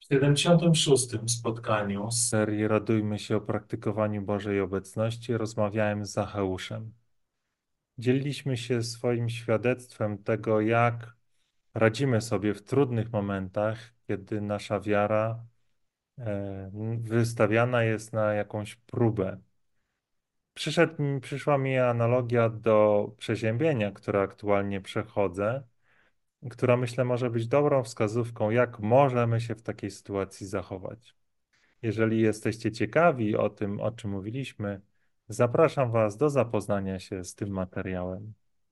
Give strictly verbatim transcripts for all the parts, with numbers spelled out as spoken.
W siedemdziesiątym szóstym spotkaniu z serii Radujmy się o praktykowaniu Bożej Obecności rozmawiałem z Zacheuszem. Dzieliliśmy się swoim świadectwem tego, jak radzimy sobie w trudnych momentach, kiedy nasza wiara e, wystawiana jest na jakąś próbę. Przyszedł, mi- przyszła mi analogia do przeziębienia, które aktualnie przechodzę, która myślę może być dobrą wskazówką, jak możemy się w takiej sytuacji zachować. Jeżeli jesteście ciekawi o tym, o czym mówiliśmy, zapraszam Was do zapoznania się z tym materiałem.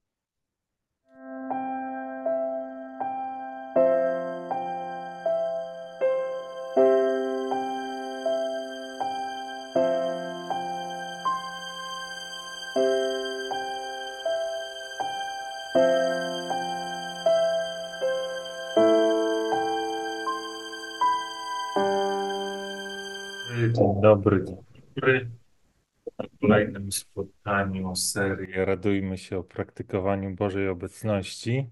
Dzień dobry, dzień dobry. Na kolejnym spotkaniu serii Radujmy się o praktykowaniu Bożej Obecności.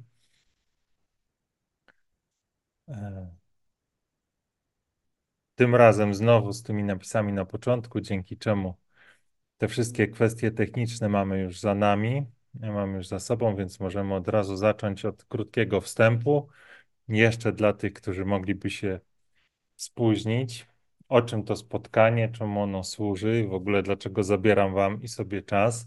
E, Tym razem znowu z tymi napisami na początku, dzięki czemu te wszystkie kwestie techniczne mamy już za nami, mamy już za sobą, więc możemy od razu zacząć od krótkiego wstępu. Jeszcze dla tych, którzy mogliby się spóźnić, o czym to spotkanie, czemu ono służy, w ogóle dlaczego zabieram Wam i sobie czas.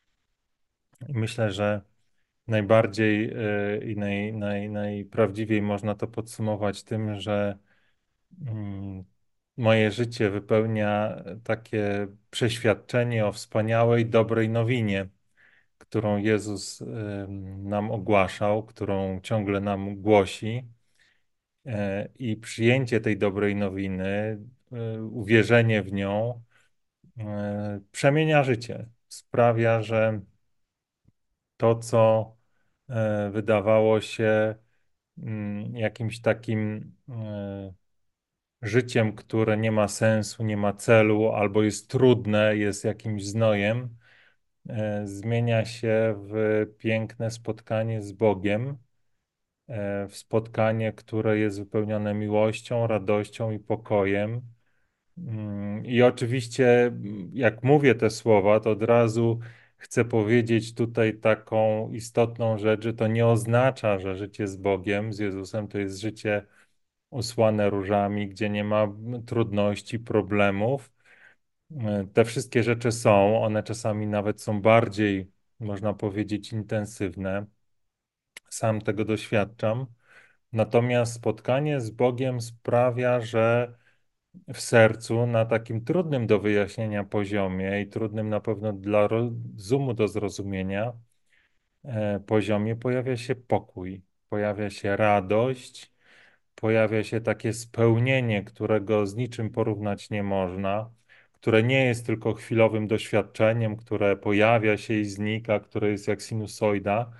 I myślę, że najbardziej e, i naj, naj, najprawdziwiej można to podsumować tym, że mm, moje życie wypełnia takie przeświadczenie o wspaniałej, dobrej nowinie, którą Jezus em, nam ogłaszał, którą ciągle nam głosi. E, I przyjęcie tej dobrej nowiny, e, uwierzenie w nią, e, przemienia życie. Sprawia, że to, co e, wydawało się mm, jakimś takim e, życiem, które nie ma sensu, nie ma celu, albo jest trudne, jest jakimś znojem, e, zmienia się w piękne spotkanie z Bogiem, e, w spotkanie, które jest wypełnione miłością, radością i pokojem. Mm, I oczywiście, mm, jak mówię te słowa, to od razu chcę powiedzieć tutaj taką istotną rzecz, że to nie oznacza, że życie z Bogiem, z Jezusem, to jest życie usłane różami, gdzie nie ma mm, trudności, problemów. E, Te wszystkie rzeczy są, one czasami nawet są bardziej, można powiedzieć, intensywne. Sam tego doświadczam. Natomiast spotkanie z Bogiem sprawia, że w sercu na takim trudnym do wyjaśnienia poziomie i trudnym na pewno dla rozumu do zrozumienia e, poziomie pojawia się pokój, pojawia się radość, pojawia się takie spełnienie, którego z niczym porównać nie można, które nie jest tylko chwilowym doświadczeniem, które pojawia się i znika, które jest jak sinusoida,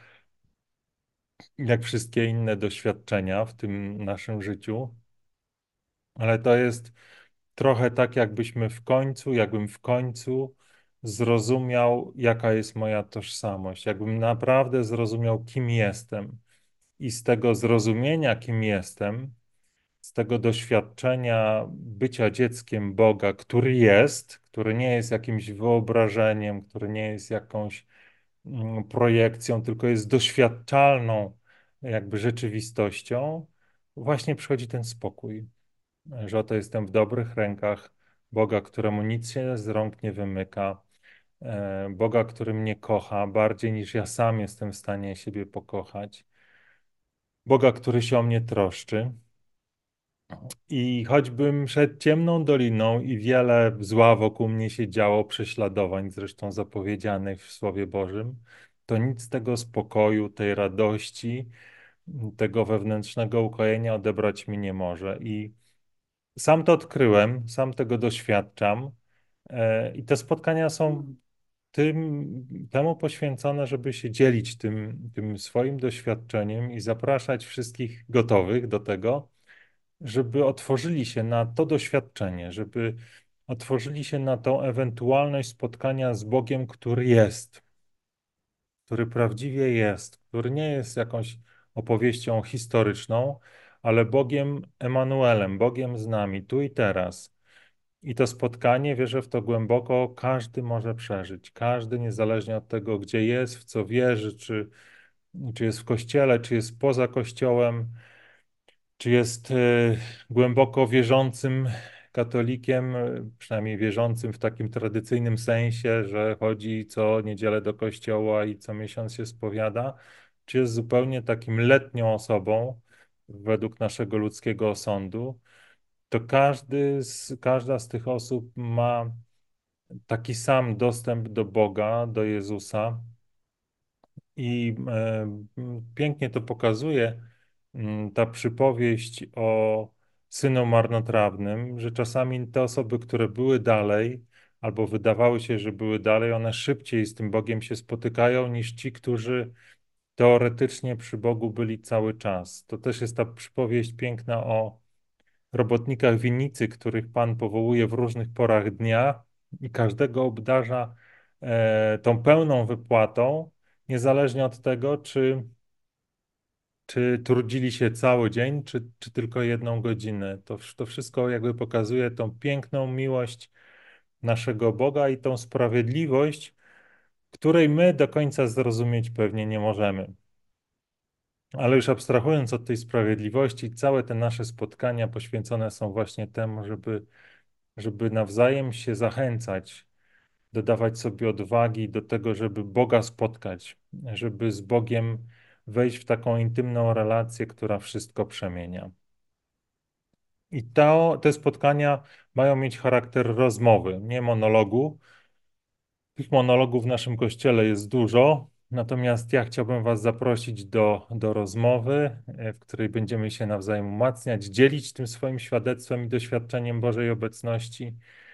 jak wszystkie inne doświadczenia w tym naszym życiu, ale to jest trochę tak, jakbyśmy w końcu, jakbym w końcu zrozumiał, jaka jest moja tożsamość, jakbym naprawdę zrozumiał, kim jestem. I z tego zrozumienia, kim jestem, z tego doświadczenia bycia dzieckiem Boga, który jest, który nie jest jakimś wyobrażeniem, który nie jest jakąś mm, projekcją, tylko jest doświadczalną jakby rzeczywistością, właśnie przychodzi ten spokój, że oto jestem w dobrych rękach Boga, któremu nic się z rąk nie wymyka, e, Boga, który mnie kocha bardziej niż ja sam jestem w stanie siebie pokochać, Boga, który się o mnie troszczy. I choćbym szedł ciemną doliną i wiele zła wokół mnie się działo, prześladowań, zresztą zapowiedzianych w Słowie Bożym, to nic z tego spokoju, tej radości, tego wewnętrznego ukojenia odebrać mi nie może. I sam to odkryłem, sam tego doświadczam. E, I te spotkania są tym, temu poświęcone, żeby się dzielić tym, tym swoim doświadczeniem i zapraszać wszystkich gotowych do tego, żeby otworzyli się na to doświadczenie, żeby otworzyli się na tą ewentualność spotkania z Bogiem, który jest, który prawdziwie jest, który nie jest jakąś opowieścią historyczną, ale Bogiem Emanuelem, Bogiem z nami, tu i teraz. I to spotkanie, wierzę w to głęboko, każdy może przeżyć. Każdy, niezależnie od tego, gdzie jest, w co wierzy, czy, czy jest w kościele, czy jest poza kościołem, czy jest e, głęboko wierzącym katolikiem, e, przynajmniej wierzącym w takim tradycyjnym sensie, że chodzi co niedzielę do kościoła i co miesiąc się spowiada, czy jest zupełnie takim letnią osobą według naszego ludzkiego osądu, to każdy z, każda z tych osób ma taki sam dostęp do Boga, do Jezusa. I e, m, pięknie to pokazuje m, ta przypowieść o synu marnotrawnym, że czasami te osoby, które były dalej, albo wydawały się, że były dalej, one szybciej z tym Bogiem się spotykają niż ci, którzy teoretycznie przy Bogu byli cały czas. To też jest ta przypowieść piękna o robotnikach winnicy, których Pan powołuje w różnych porach dnia i każdego obdarza e, tą pełną wypłatą, niezależnie od tego, czy, czy trudzili się cały dzień, czy, czy tylko jedną godzinę. To, to wszystko jakby pokazuje tą piękną miłość naszego Boga i tą sprawiedliwość, której my do końca zrozumieć pewnie nie możemy. Ale już abstrahując od tej sprawiedliwości, całe te nasze spotkania poświęcone są właśnie temu, żeby żeby nawzajem się zachęcać, dodawać sobie odwagi do tego, żeby Boga spotkać, żeby z Bogiem wejść w taką intymną relację, która wszystko przemienia. I to, te spotkania mają mieć charakter rozmowy, nie monologu. Tych monologów w naszym kościele jest dużo, natomiast ja chciałbym Was zaprosić do, do rozmowy, e, w której będziemy się nawzajem umacniać, dzielić tym swoim świadectwem i doświadczeniem Bożej obecności.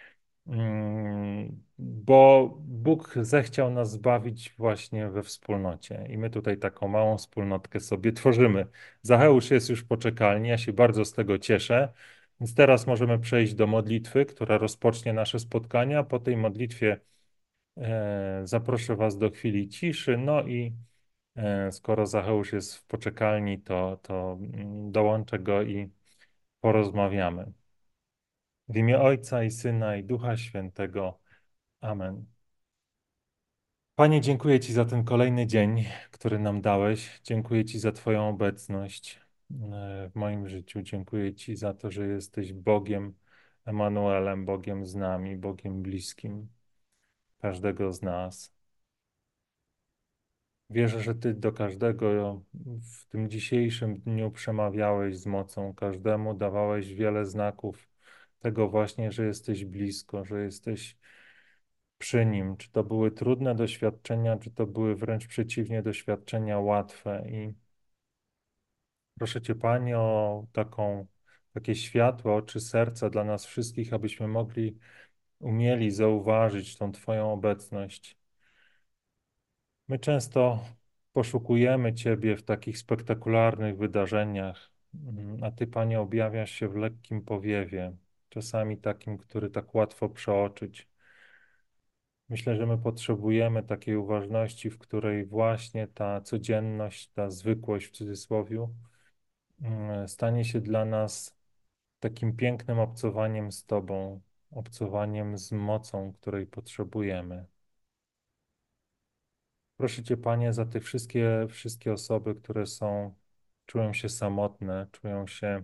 Mm, Bo Bóg zechciał nas zbawić właśnie we wspólnocie i my tutaj taką małą wspólnotkę sobie tworzymy. Zacheusz jest już poczekalni, ja się bardzo z tego cieszę. Więc teraz możemy przejść do modlitwy, która rozpocznie nasze spotkania. Po tej modlitwie e, zaproszę Was do chwili ciszy. No i e, skoro Zacheusz jest w poczekalni, to, to mm, dołączę go i porozmawiamy. W imię Ojca i Syna i Ducha Świętego. Amen. Panie, dziękuję Ci za ten kolejny dzień, który nam dałeś. Dziękuję Ci za Twoją obecność e, w moim życiu. Dziękuję Ci za to, że jesteś Bogiem Emanuelem, Bogiem z nami, Bogiem bliskim każdego z nas. Wierzę, że Ty do każdego w tym dzisiejszym dniu przemawiałeś z mocą, każdemu dawałeś wiele znaków tego właśnie, że jesteś blisko, że jesteś przy nim. Czy to były trudne doświadczenia, czy to były wręcz przeciwnie doświadczenia łatwe. I proszę Cię, Panie, o taką, takie światłe oczy serca dla nas wszystkich, abyśmy mogli, umieli zauważyć tą Twoją obecność. My często poszukujemy Ciebie w takich spektakularnych wydarzeniach, mm, a Ty, Panie, objawiasz się w lekkim powiewie, czasami takim, który tak łatwo przeoczyć. Myślę, że my potrzebujemy takiej uważności, w której właśnie ta codzienność, ta zwykłość w cudzysłowie mm, stanie się dla nas takim pięknym obcowaniem z Tobą, obcowaniem z mocą, której potrzebujemy. Proszę Cię, Panie, za te wszystkie, wszystkie osoby, które są, czują się samotne, czują się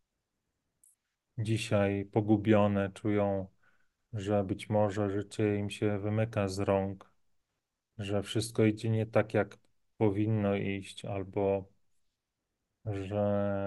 dzisiaj pogubione, czują, że być może życie im się wymyka z rąk, że wszystko idzie nie tak, jak powinno iść, albo że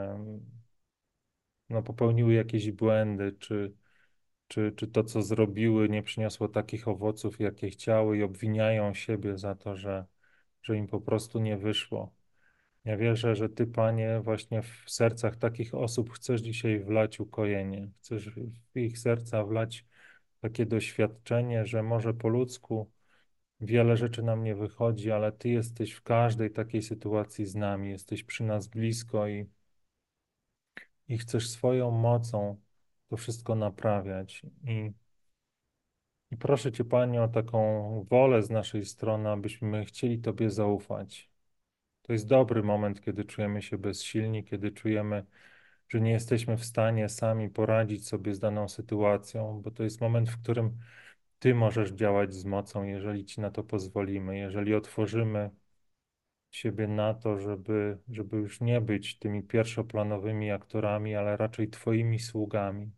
no, popełniły jakieś błędy, czy, czy, czy to, co zrobiły, nie przyniosło takich owoców, jakie chciały, i obwiniają siebie za to, że, że im po prostu nie wyszło. Ja wierzę, że Ty, Panie, właśnie w sercach takich osób chcesz dzisiaj wlać ukojenie. Chcesz w ich serca wlać takie doświadczenie, że może po ludzku wiele rzeczy nam nie wychodzi, ale Ty jesteś w każdej takiej sytuacji z nami, jesteś przy nas blisko i, i chcesz swoją mocą to wszystko naprawiać. I, I proszę Cię, Panie, o taką wolę z naszej strony, abyśmy chcieli Tobie zaufać. To jest dobry moment, kiedy czujemy się bezsilni, kiedy czujemy, że nie jesteśmy w stanie sami poradzić sobie z daną sytuacją, bo to jest moment, w którym Ty możesz działać z mocą, jeżeli Ci na to pozwolimy, jeżeli otworzymy siebie na to, żeby, żeby już nie być tymi pierwszoplanowymi aktorami, ale raczej Twoimi sługami.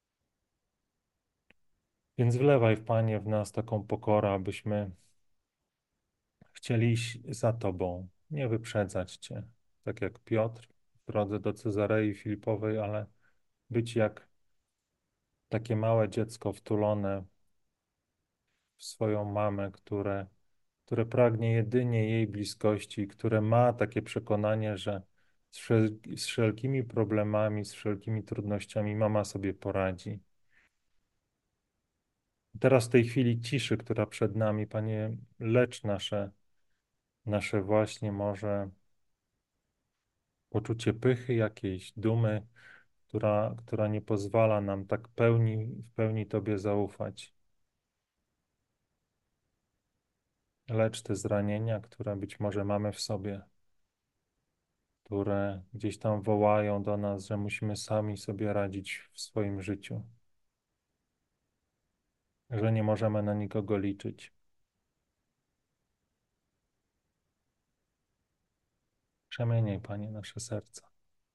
Więc wlewaj, Panie, w nas taką pokorę, abyśmy chcieli iść za Tobą, nie wyprzedzać Cię, tak jak Piotr w drodze do Cezarei Filipowej, ale być jak takie małe dziecko wtulone w swoją mamę, które, które pragnie jedynie jej bliskości, które ma takie przekonanie, że z, wszel z wszelkimi problemami, z wszelkimi trudnościami mama sobie poradzi. Teraz w tej chwili ciszy, która przed nami, Panie, lecz nasze, nasze właśnie może poczucie pychy jakiejś, dumy, która, która nie pozwala nam tak pełni, w pełni Tobie zaufać. Lecz te zranienia, które być może mamy w sobie, które gdzieś tam wołają do nas, że musimy sami sobie radzić w swoim życiu, że nie możemy na nikogo liczyć. Przemieniaj, Panie, nasze serca.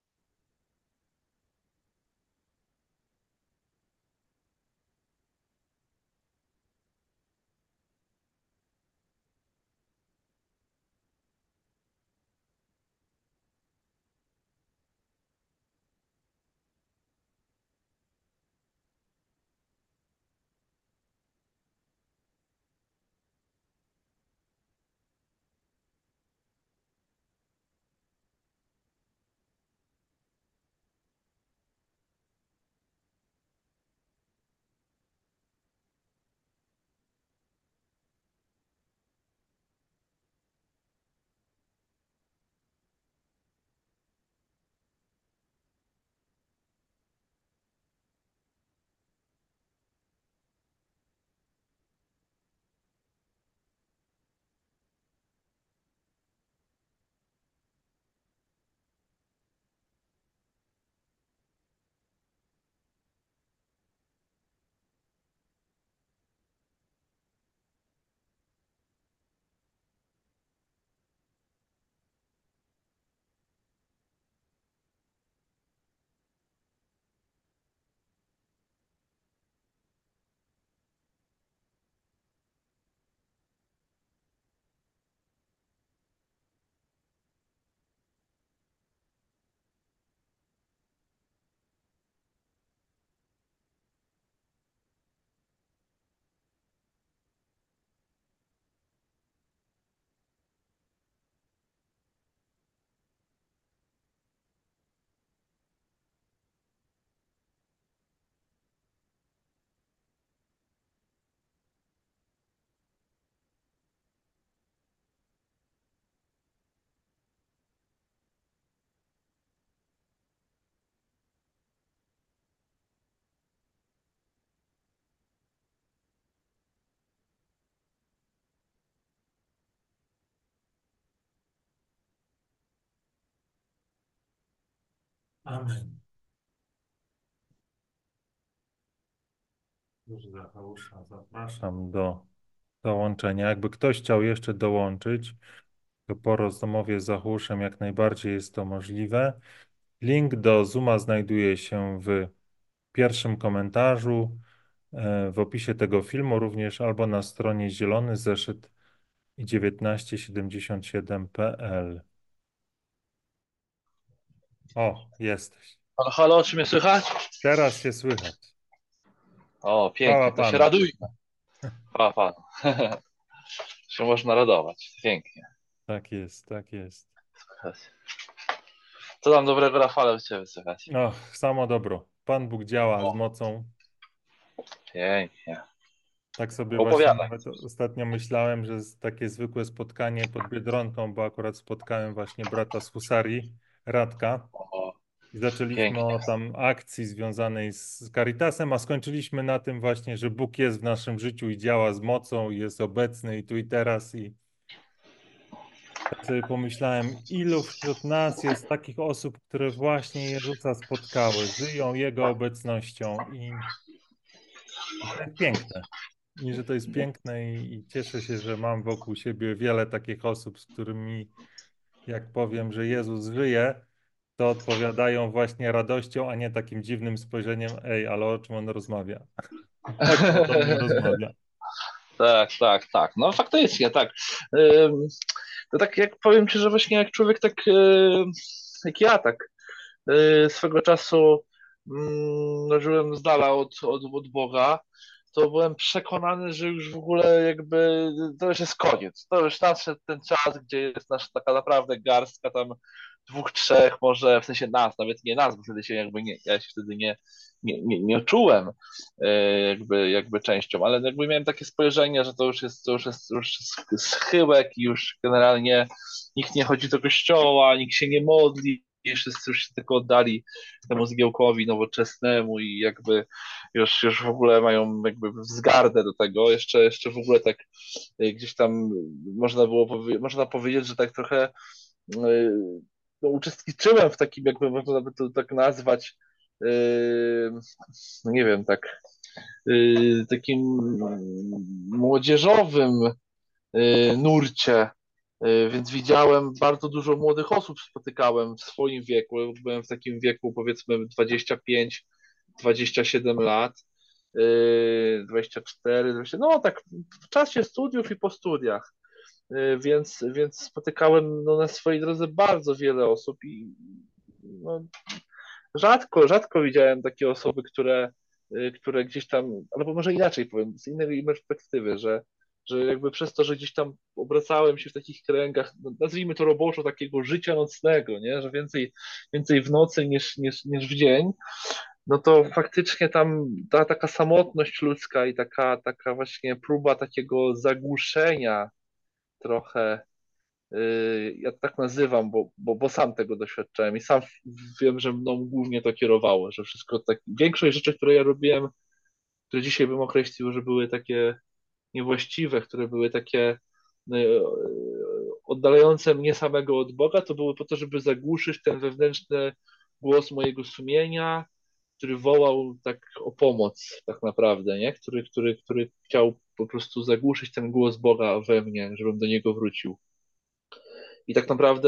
Amen. Już Zacheusza zapraszam do dołączenia. Jakby ktoś chciał jeszcze dołączyć, to po rozmowie z Zacheuszem jak najbardziej jest to możliwe. Link do Zooma znajduje się w pierwszym komentarzu, e, w opisie tego filmu, również albo na stronie zielony zeszyt i dziewiętnaście siedemdziesiąt siedem kropka p l. O, jesteś. Halo, halo, czy mnie słychać? Teraz się słychać. O, Chwała pięknie, to się Panu. radujmy. Chwała Panu. Się można radować. Pięknie. Tak jest, tak jest. Co tam dobrego, Rafale, u Ciebie słychać? Och, samo dobro. Pan Bóg działa z O, mocą. pięknie. Tak sobie właśnie Opowiadaj. nawet ostatnio myślałem, że z- takie zwykłe spotkanie pod Biedronką, bo akurat spotkałem właśnie brata z Husarii, Radka, O, i zaczęliśmy pięknie. o tam akcji związanej z Caritasem, a skończyliśmy na tym właśnie, że Bóg jest w naszym życiu i działa z mocą, i jest obecny i tu i teraz, i Tak sobie pomyślałem, ilu wśród nas jest takich osób, które właśnie Jezusa spotkały, żyją Jego obecnością i, i to jest piękne. I że to jest piękne i, i cieszę się, że mam wokół siebie wiele takich osób, z którymi jak powiem, że Jezus żyje, to odpowiadają właśnie radością, a nie takim dziwnym spojrzeniem, ej, ale o czym on rozmawia? O czym on do mnie rozmawia? Tak, tak, tak. No faktycznie, tak. Ym, To tak jak powiem ci, że właśnie jak człowiek tak, yy, jak ja tak, yy, swego czasu mm, żyłem z dala od, od, od Boga, to byłem przekonany, że już w ogóle jakby to już jest koniec. To już nadszedł ten czas, gdzie jest nasza taka naprawdę garstka tam dwóch, trzech, może w sensie nas, nawet nie nas, bo wtedy się jakby nie, ja się wtedy nie, nie, nie, nie czułem e, jakby, jakby częścią, ale jakby miałem takie spojrzenie, że to już jest, to już jest, to już jest schyłek i już generalnie nikt nie chodzi do kościoła, nikt się nie modli, i wszyscy już się tylko oddali temu zgiełkowi nowoczesnemu i jakby już, już w ogóle mają jakby wzgardę do tego. Jeszcze, jeszcze w ogóle tak e, gdzieś tam można było powie można powiedzieć, że tak trochę e, no, uczestniczyłem w takim, jakby można by to tak nazwać, e, no nie wiem, tak e, takim młodzieżowym e, nurcie. E, Więc widziałem bardzo dużo młodych osób, spotykałem w swoim wieku. Byłem w takim wieku powiedzmy dwadzieścia pięć, dwadzieścia siedem lat, yy, dwadzieścia cztery, dwadzieścia, no tak w czasie studiów i po studiach. Yy, Więc, więc spotykałem no, na swojej drodze bardzo wiele osób i no, rzadko, rzadko widziałem takie osoby, które, yy, które gdzieś tam, albo może inaczej powiem, z innej perspektywy, że, że jakby przez to, że gdzieś tam obracałem się w takich kręgach, no, nazwijmy to roboczo, takiego życia nocnego, nie? Że więcej, więcej w nocy niż, niż, niż w dzień, no to faktycznie tam ta taka samotność ludzka i taka, taka właśnie próba takiego zagłuszenia trochę, yy, ja to tak nazywam, bo, bo, bo sam tego doświadczałem i sam wiem, że mną głównie to kierowało, że wszystko tak, większość rzeczy, które ja robiłem, które dzisiaj bym określił, że były takie niewłaściwe, które były takie yy, oddalające mnie samego od Boga, to były po to, żeby zagłuszyć ten wewnętrzny głos mojego sumienia, który wołał tak o pomoc, tak naprawdę, nie? Który, który, który chciał po prostu zagłuszyć ten głos Boga we mnie, żebym do niego wrócił. I tak naprawdę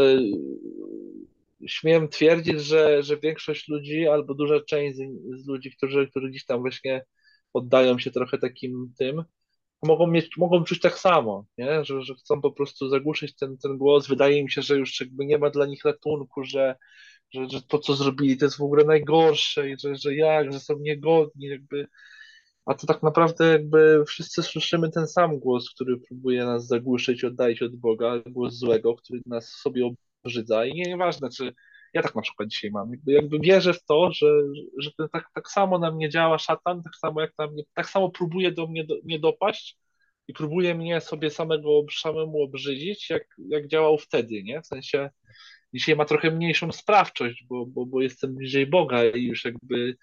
yy, śmiem twierdzić, że, że większość ludzi, albo duża część z, z ludzi, którzy, którzy gdzieś tam właśnie oddają się trochę takim tym, mogą mieć, mogą czuć tak samo, nie? Że, że chcą po prostu zagłuszyć ten, ten głos. Wydaje mi się, że już jakby nie ma dla nich ratunku, że że, że to, co zrobili, to jest w ogóle najgorsze i że, że jak, że są niegodni, jakby. A to tak naprawdę jakby wszyscy słyszymy ten sam głos, który próbuje nas zagłuszyć, oddalić od Boga, głos złego, który nas sobie obrzydza. I nie, nieważne, czy ja tak na przykład dzisiaj mam. Jakby, jakby wierzę w to, że, że to tak, tak samo na mnie działa szatan, tak samo jak na mnie, tak samo próbuje do mnie do, nie dopaść i próbuje mnie sobie samego samemu obrzydzić, jak, jak działał wtedy, nie? W sensie dzisiaj ma trochę mniejszą sprawczość, bo, bo, bo jestem bliżej Boga i już jakby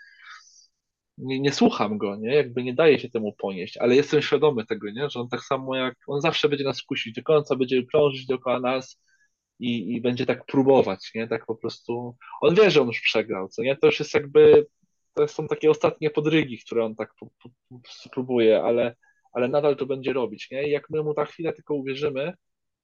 nie, nie słucham go, nie? Jakby nie daje się temu ponieść, ale jestem świadomy tego, nie? Że on tak samo jak, on zawsze będzie nas kusić do końca, będzie krążyć dookoła nas i, i będzie tak próbować, nie? Tak po prostu, on wie, że on już przegrał, co nie? To już jest jakby, to są takie ostatnie podrygi, które on tak po, po, po prostu próbuje, ale, ale nadal to będzie robić, nie? I jak my mu ta chwilę tylko uwierzymy,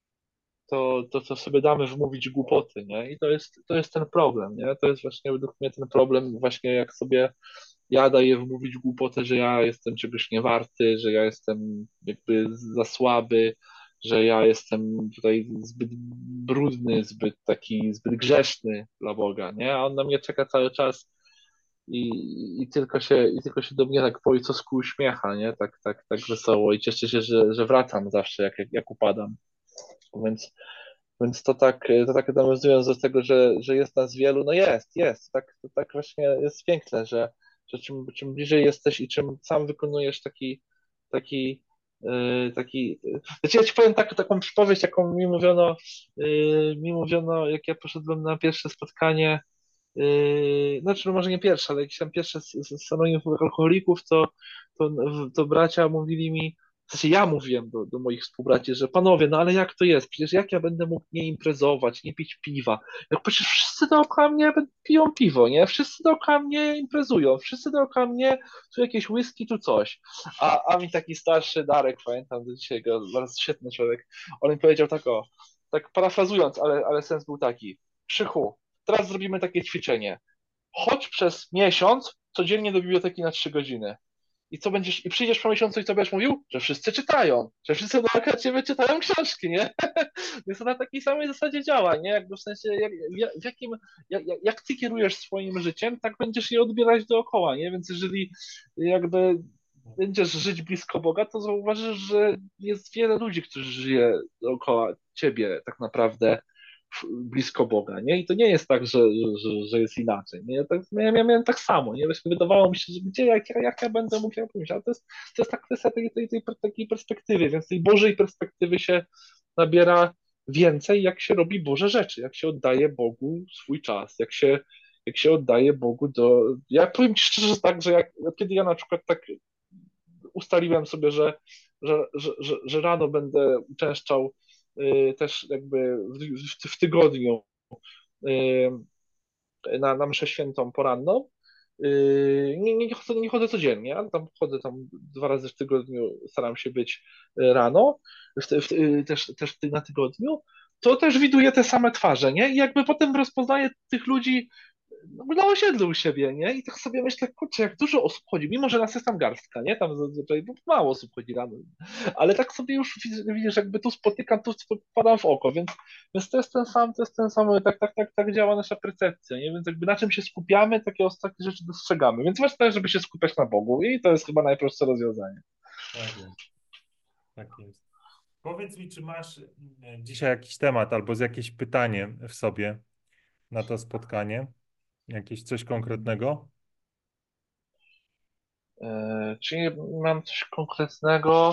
to, to, to sobie damy wmówić głupoty, nie? I to jest, to jest ten problem, nie? To jest właśnie według mnie ten problem, właśnie jak sobie ja daję wmówić głupotę, że ja jestem czegoś niewarty, że ja jestem jakby za słaby, że ja jestem tutaj zbyt brudny, zbyt taki, zbyt grzeszny dla Boga, nie? A on na mnie czeka cały czas i, i tylko się, i tylko się do mnie tak po ojcowsku uśmiecha, nie? Tak, tak, tak wesoło i cieszę się, że, że wracam zawsze, jak, jak, jak upadam. Więc więc to tak, to tak nawiązując do tego, że, że jest nas wielu, no jest, jest. Tak, to tak właśnie jest piękne, że, że czym, czym bliżej jesteś i czym sam wykonujesz taki, taki, yy, taki. Znaczy ja ci powiem tak, taką przypowieść, jaką mi mówiono, yy, mi mówiono, jak ja poszedłem na pierwsze spotkanie, yy, znaczy no może nie pierwsze, ale jakieś tam pierwsze z, z z anonimów alkoholików, to, to, to bracia mówili mi, w sensie ja mówiłem do, do moich współbraci, że panowie, no ale jak to jest? Przecież jak ja będę mógł nie imprezować, nie pić piwa? Jak przecież wszyscy dookoła mnie piją piwo, nie? Wszyscy dookoła mnie imprezują, wszyscy dookoła mnie tu jakieś whisky, tu coś. A, a mi taki starszy Darek, pamiętam do dzisiaj go, bardzo świetny człowiek, on mi powiedział tak o, tak parafrazując, ale, ale sens był taki. Krzychu, teraz zrobimy takie ćwiczenie. Chodź przez miesiąc codziennie do biblioteki na trzy godziny. I co będziesz, i przyjdziesz po miesiącu i co będziesz mówił? Że wszyscy czytają, że wszyscy dookoła ciebie czytają książki, nie? Więc to na takiej samej zasadzie działa, nie? Jakby w sensie, jak, w jakim, jak, jak ty kierujesz swoim życiem, tak będziesz je odbierać dookoła, nie? Więc jeżeli jakby będziesz żyć blisko Boga, to zauważysz, że jest wiele ludzi, którzy żyje dookoła ciebie tak naprawdę blisko Boga, nie? I to nie jest tak, że, że, że jest inaczej, nie? Ja, tak, ja, ja miałem tak samo, nie? Właśnie wydawało mi się, że gdzie, jak, ja- jak ja będę mógł, jak pójść, ale to jest, to jest ta kwestia tej, tej, tej, takiej perspektywy, więc tej Bożej perspektywy się nabiera więcej, jak się robi Boże rzeczy, jak się oddaje Bogu swój czas, jak się, jak się oddaje Bogu do... Ja powiem Ci szczerze że tak, że jak, kiedy ja na przykład tak ustaliłem sobie, że, że, że, że, że rano będę uczęszczał y, też jakby w, w, w tygodniu y, na, na mszę świętą poranną. Y, Nie, nie, chodzę, nie chodzę codziennie, ale tam chodzę tam dwa razy w tygodniu, staram się być y, rano, w, w, y, też, też na tygodniu. To też widuję te same twarze, nie? I jakby potem rozpoznaję tych ludzi no, na osiedlu u siebie, nie? I tak sobie myślę, kurczę, jak dużo osób chodzi, mimo że nas jest tam garstka, nie? Tam zazwyczaj no, mało osób chodzi rano, ale tak sobie już widzisz, widzisz jakby tu spotykam, tu wpadam w oko, więc, więc to jest ten sam, to jest ten sam, tak, tak, tak, tak działa nasza percepcja, nie? Więc jakby na czym się skupiamy, takie ostatnie rzeczy dostrzegamy, więc ważne, żeby się skupiać na Bogu i to jest chyba najprostsze rozwiązanie. Tak jest, tak jest. Powiedz mi, czy masz e, dzisiaj jakiś temat albo z jakieś pytanie w sobie na to spotkanie? Jakieś coś konkretnego? E, czyli mam coś konkretnego?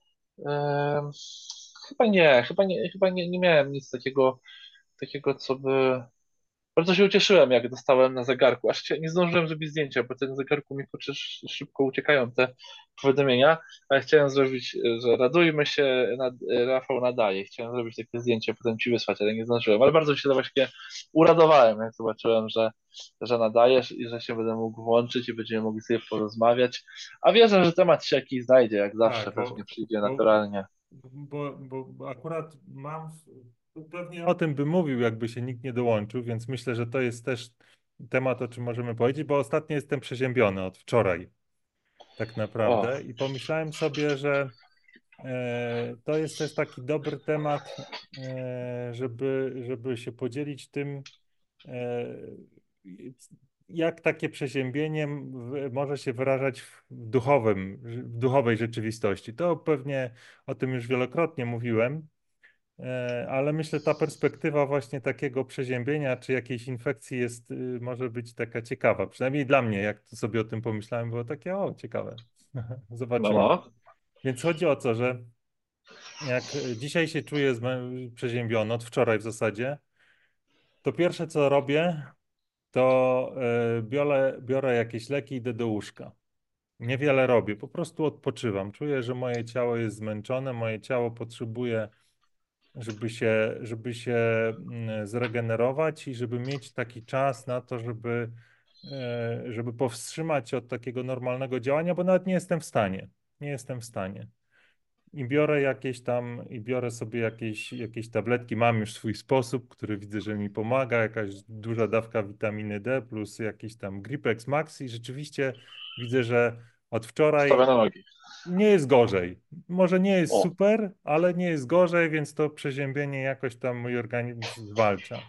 E, chyba nie, chyba nie, chyba nie, nie miałem nic takiego, takiego, co by. Bardzo się ucieszyłem, jak dostałem na zegarku. Aż się, nie zdążyłem zrobić zdjęcia, bo ten zegarku mi kurczę sz- szybko uciekają te powiadomienia, ale chciałem zrobić, że radujmy się, nad, Rafał nadaje. Chciałem zrobić takie zdjęcie, potem ci wysłać, ale nie zdążyłem. Ale bardzo się właśnie uradowałem, jak zobaczyłem, że, że nadajesz i że się będę mógł włączyć i będziemy mogli sobie porozmawiać. A wierzę, że temat się jakiś znajdzie, jak zawsze, Tak, pewnie bo, przyjdzie bo, naturalnie. bo, bo, bo akurat mam, w- pewnie o tym bym mówił, jakby się nikt nie dołączył, więc myślę, że to jest też temat, o czym możemy powiedzieć, bo ostatnio jestem przeziębiony od wczoraj, tak O, naprawdę, i pomyślałem sobie, że e, to jest też taki dobry temat, e, żeby, żeby się podzielić tym, e, jak takie przeziębienie w- może się wyrażać w duchowym, w duchowej rzeczywistości. To pewnie o tym już wielokrotnie mówiłem, e, ale myślę, ta perspektywa właśnie takiego przeziębienia czy jakiejś infekcji jest, y, może być taka ciekawa. Przynajmniej dla mnie, jak to sobie o tym pomyślałem, było takie, o, ciekawe. no, Zobaczymy. no. Więc chodzi o to, że jak dzisiaj się czuję zmę- przeziębiony, od wczoraj w zasadzie, to pierwsze co robię, to e, biorę, biorę jakieś leki i idę do łóżka. Niewiele robię, po prostu odpoczywam. Czuję, że moje ciało jest zmęczone, moje ciało potrzebuje, żeby się, żeby się mm, zregenerować i żeby mieć taki czas na to, żeby, e, żeby powstrzymać się od takiego normalnego działania, bo nawet nie jestem w stanie. Nie jestem w stanie. I biorę jakieś tam, i biorę sobie jakieś, jakieś tabletki. Mam już swój sposób, który widzę, że mi pomaga. Jakaś duża dawka witaminy D plus jakiś tam Gripex Max i rzeczywiście widzę, że od Stawia wczoraj na nogi. nie jest gorzej. Może nie jest O, super, ale nie jest gorzej, więc to przeziębienie jakoś tam mój organizm zwalcza.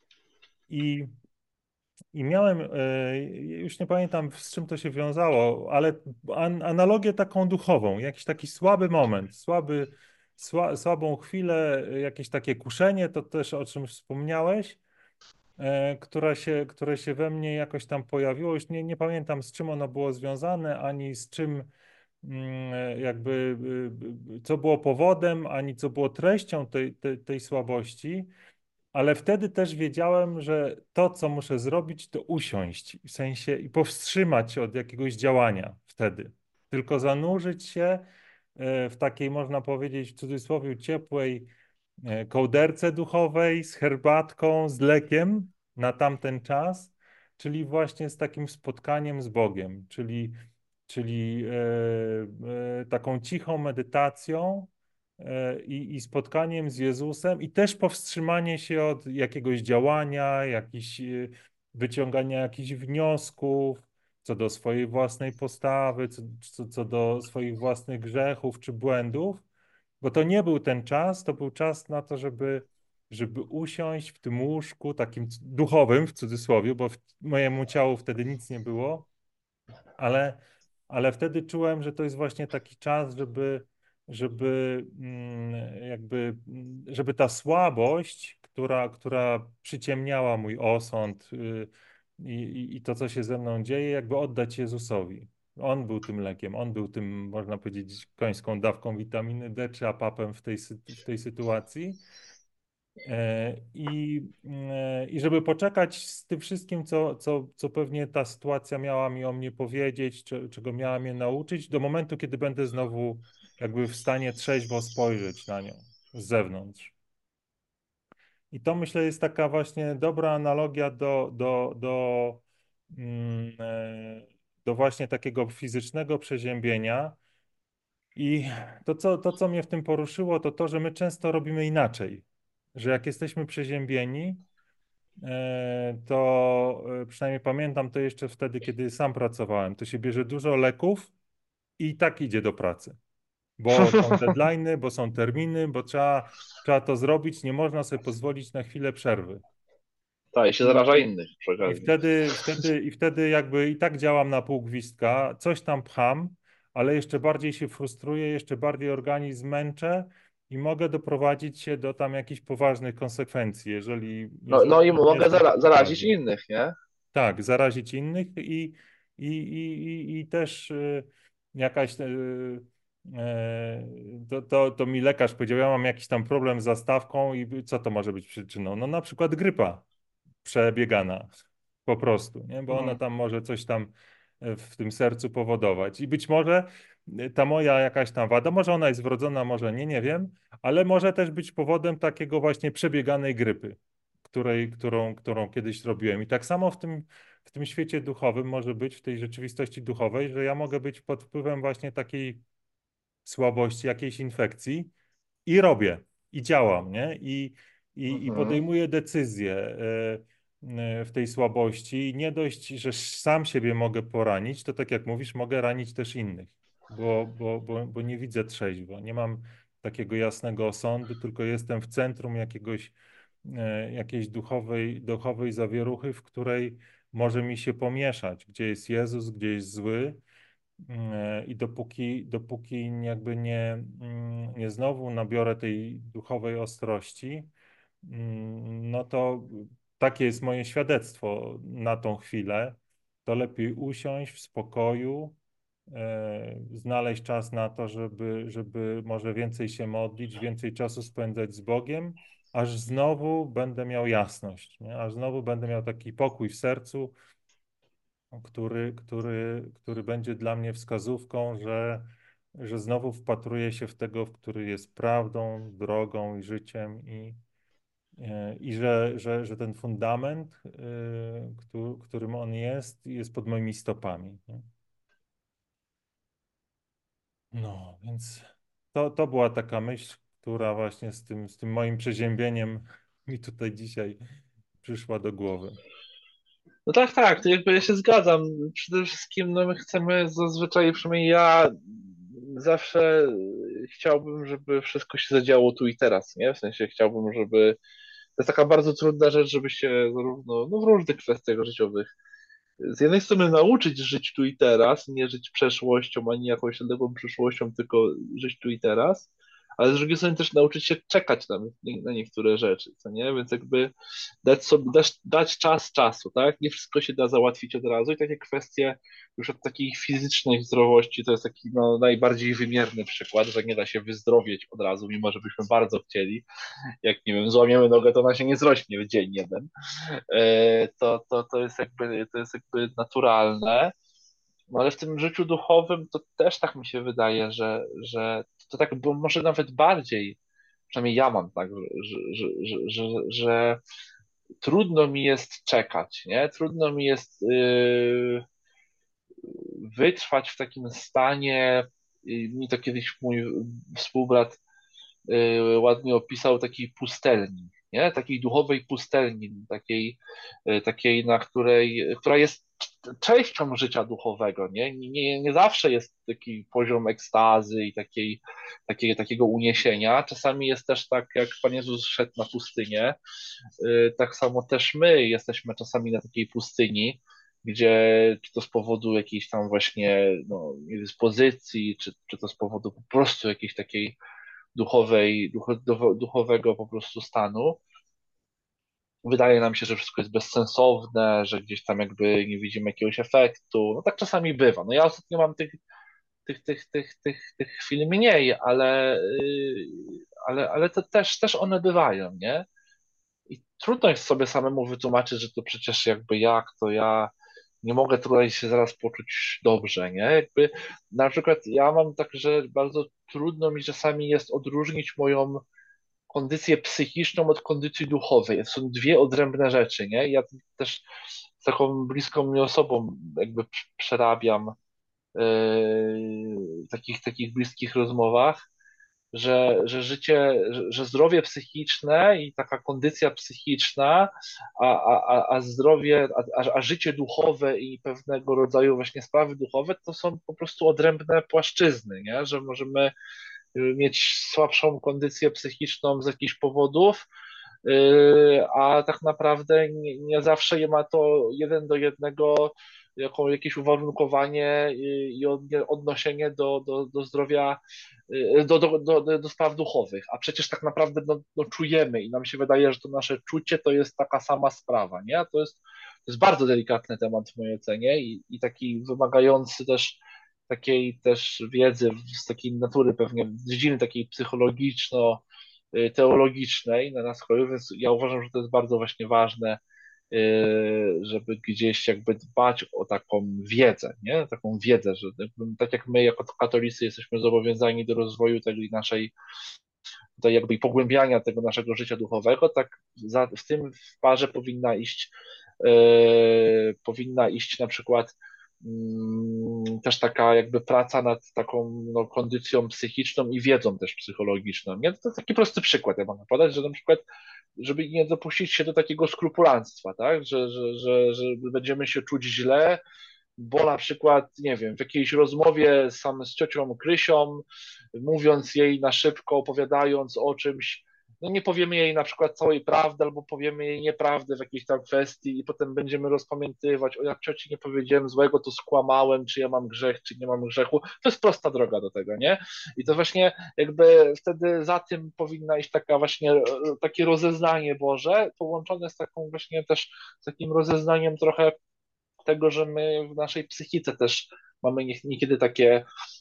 I i miałem, e, już nie pamiętam z czym to się wiązało, ale an analogię taką duchową, jakiś taki słaby moment, słaby, sła, słabą chwilę, jakieś takie kuszenie, to też o czym wspomniałeś, e, które się, które się we mnie jakoś tam pojawiło. Już nie, nie pamiętam z czym ono było związane, ani z czym mm, jakby, y, y, co było powodem, ani co było treścią tej, tej, tej słabości. Ale wtedy też wiedziałem, że to, co muszę zrobić, to usiąść, w sensie i powstrzymać się od jakiegoś działania wtedy. Tylko zanurzyć się e, w takiej, można powiedzieć, w cudzysłowie, ciepłej e, kołderce duchowej, z herbatką, z lekiem na tamten czas, czyli właśnie z takim spotkaniem z Bogiem, czyli, czyli e, e, taką cichą medytacją e, i, i spotkaniem z Jezusem i też powstrzymanie się od jakiegoś działania, jakiś, e, wyciągania jakichś wniosków co do swojej własnej postawy, co, co, co do swoich własnych grzechów czy błędów, bo to nie był ten czas, to był czas na to, żeby, żeby usiąść w tym łóżku takim c- duchowym, w cudzysłowie, bo w mojemu ciału wtedy nic nie było, ale, ale wtedy czułem, że to jest właśnie taki czas, żeby, żeby mm, jakby, mm, żeby ta słabość, która, która przyciemniała mój osąd y, i, i, i to, co się ze mną dzieje, jakby oddać Jezusowi. On był tym lekiem, on był tym, można powiedzieć, końską dawką witaminy D czy apapem w tej, sy- w tej sytuacji. E, I, e, I żeby poczekać z tym wszystkim, co, co, co pewnie ta sytuacja miała mi o mnie powiedzieć, czy, czego miała mnie nauczyć, do momentu, kiedy będę znowu jakby w stanie trzeźwo spojrzeć na nią z zewnątrz. I to myślę jest taka właśnie dobra analogia do, do, do, mm, e, do właśnie takiego fizycznego przeziębienia. I to co, to, co mnie w tym poruszyło, to to, że my często robimy inaczej. Że jak jesteśmy przeziębieni, E, to e, przynajmniej pamiętam to jeszcze wtedy, kiedy sam pracowałem. To się bierze dużo leków i tak idzie do pracy, bo są deadline'y, bo są terminy, bo trzeba, trzeba to zrobić. Nie można sobie pozwolić na chwilę przerwy. Tak, i się I, zaraża i, innych przy i okazji. wtedy, wtedy, i wtedy jakby i tak działam na pół gwizdka, coś tam pcham, ale jeszcze bardziej się frustruję, jeszcze bardziej organizm męczę i mogę doprowadzić się do tam jakichś poważnych konsekwencji, jeżeli, No, jeżeli no i nie mogę jestem w zara tej zarazić fazie. innych, nie? Tak, zarazić innych i, i, i, i, i też y, jakaś. Y, e, to, to, to mi lekarz powiedział, ja mam jakiś tam problem z zastawką i co to może być przyczyną? No na przykład grypa przebiegana po prostu, nie? Bo ona Mhm. tam może coś tam e, w tym sercu powodować. I być może e, ta moja jakaś tam wada, może ona jest wrodzona, może nie, nie wiem, ale może też być powodem takiego właśnie przebieganej grypy, której, którą, którą kiedyś robiłem. I tak samo w tym, w tym świecie duchowym może być, w tej rzeczywistości duchowej, że ja mogę być pod wpływem właśnie takiej słabości, jakiejś infekcji i robię, i działam, nie? I, i, i Mhm. podejmuję decyzje e, e, w tej słabości. I nie dość, że sam siebie mogę poranić, to tak jak mówisz, mogę ranić też innych, bo, bo, bo, bo nie widzę trzeźwo, nie mam takiego jasnego osądu, tylko jestem w centrum jakiegoś, e, jakiejś duchowej, duchowej zawieruchy, w której może mi się pomieszać, gdzie jest Jezus, gdzie jest zły. E, I dopóki, dopóki jakby nie, mm, nie znowu nabiorę tej duchowej ostrości, mm, no to takie jest moje świadectwo na tą chwilę. To lepiej usiąść w spokoju, e, znaleźć czas na to, żeby, żeby może więcej się modlić, więcej czasu spędzać z Bogiem, aż znowu będę miał jasność, nie? Aż znowu będę miał taki pokój w sercu, który, który, który będzie dla mnie wskazówką, że, że znowu wpatruję się w tego, w który jest prawdą, drogą i życiem i, e, i że, że, że ten fundament, y, któ- którym on jest, jest pod moimi stopami. Nie? No, więc to, to była taka myśl, która właśnie z tym, z tym moim przeziębieniem mi tutaj dzisiaj przyszła do głowy. No tak, tak, to jakby ja się zgadzam. Przede wszystkim no my chcemy zazwyczaj, przynajmniej ja zawsze chciałbym, żeby wszystko się zadziało tu i teraz, nie? W sensie chciałbym, żeby to jest taka bardzo trudna rzecz, żeby się zarówno no, w różnych kwestiach życiowych z jednej strony nauczyć żyć tu i teraz, nie żyć przeszłością ani jakąś odległą przyszłością, tylko żyć tu i teraz, ale z drugiej strony też nauczyć się czekać na, na niektóre rzeczy, co nie? Więc jakby dać sobie, dać, dać czas czasu, tak? Nie wszystko się da załatwić od razu i takie kwestie już od takiej fizycznej zdrowości to jest taki no, najbardziej wymierny przykład, że nie da się wyzdrowieć od razu, mimo że byśmy bardzo chcieli. Jak nie wiem, złamiemy nogę, to ona się nie zrośnie w dzień jeden. E, to, to, to jest jakby, to jest jakby naturalne. No ale w tym życiu duchowym to też tak mi się wydaje, że, że to tak, bo może nawet bardziej, przynajmniej ja mam tak, że, że, że, że, że trudno mi jest czekać, nie? Trudno mi jest yy, wytrwać w takim stanie. I mi to kiedyś mój współbrat yy, ładnie opisał, takiej pustelni, nie? Takiej duchowej pustelni, takiej, yy, takiej, na której, która jest częścią życia duchowego, nie? Nie, nie zawsze jest taki poziom ekstazy i takiej, takiej, takiego uniesienia. Czasami jest też tak, jak Pan Jezus szedł na pustynię, yy, tak samo też my jesteśmy czasami na takiej pustyni, gdzie czy to z powodu jakiejś tam właśnie no, niedyspozycji, czy, czy to z powodu po prostu jakiejś takiej duchowej, ducho, ducho- duchowego po prostu stanu. Wydaje nam się, że wszystko jest bezsensowne, że gdzieś tam jakby nie widzimy jakiegoś efektu. No tak czasami bywa. No ja ostatnio mam tych, tych, tych, tych, tych, tych chwil mniej, ale, yy, ale, ale to też, też one bywają, nie? I trudno jest sobie samemu wytłumaczyć, że to przecież jakby jak, to ja nie mogę tutaj się zaraz poczuć dobrze, nie? Jakby na przykład ja mam tak, że bardzo trudno mi czasami jest odróżnić moją kondycję psychiczną od kondycji duchowej. To są dwie odrębne rzeczy, nie? Ja też z taką bliską mi osobą jakby przerabiam yy, w takich, takich bliskich rozmowach, że, że życie, że, że zdrowie psychiczne i taka kondycja psychiczna, a, a, a a zdrowie, a, a a życie duchowe i pewnego rodzaju właśnie sprawy duchowe to są po prostu odrębne płaszczyzny, nie? Że możemy mieć słabszą kondycję psychiczną z jakichś powodów, yy, a tak naprawdę nie, nie zawsze je ma to jeden do jednego jako jakieś uwarunkowanie yy, i odnie- odnoszenie do, do, do zdrowia, yy, do, do, do, do spraw duchowych. A przecież tak naprawdę no, no czujemy i nam się wydaje, że to nasze czucie to jest taka sama sprawa, nie? A to jest, to jest bardzo delikatny temat w mojej ocenie i, i taki wymagający też takiej też wiedzy z takiej natury pewnie, z dziedziny takiej psychologiczno-teologicznej na nastroju, więc ja uważam, że to jest bardzo właśnie ważne, y, żeby gdzieś jakby dbać o taką wiedzę, nie? Taką wiedzę, że jakby, tak jak my jako katolicy jesteśmy zobowiązani do rozwoju tej naszej, tutaj jakby i pogłębiania tego naszego życia duchowego, tak za, w tym w parze powinna iść, y, powinna iść na przykład mm, też taka jakby praca nad taką no, kondycją psychiczną i wiedzą też psychologiczną. Nie? To taki prosty przykład, ja mogę podać, że na przykład, żeby nie dopuścić się do takiego skrupulanstwa, tak? Że, że, że, że będziemy się czuć źle, bo na przykład, nie wiem, w jakiejś rozmowie sam z ciocią Krysią, mówiąc jej na szybko, opowiadając o czymś, no nie powiemy jej na przykład całej prawdy, albo powiemy jej nieprawdę w jakiejś tam kwestii i potem będziemy rozpamiętywać, o jak cioci nie powiedziałem złego, to skłamałem, czy ja mam grzech, czy nie mam grzechu. To jest prosta droga do tego, nie? I to właśnie jakby wtedy za tym powinna iść taka właśnie e, takie rozeznanie Boże, połączone z taką właśnie też z takim rozeznaniem trochę tego, że my w naszej psychice też mamy nie- niekiedy takie,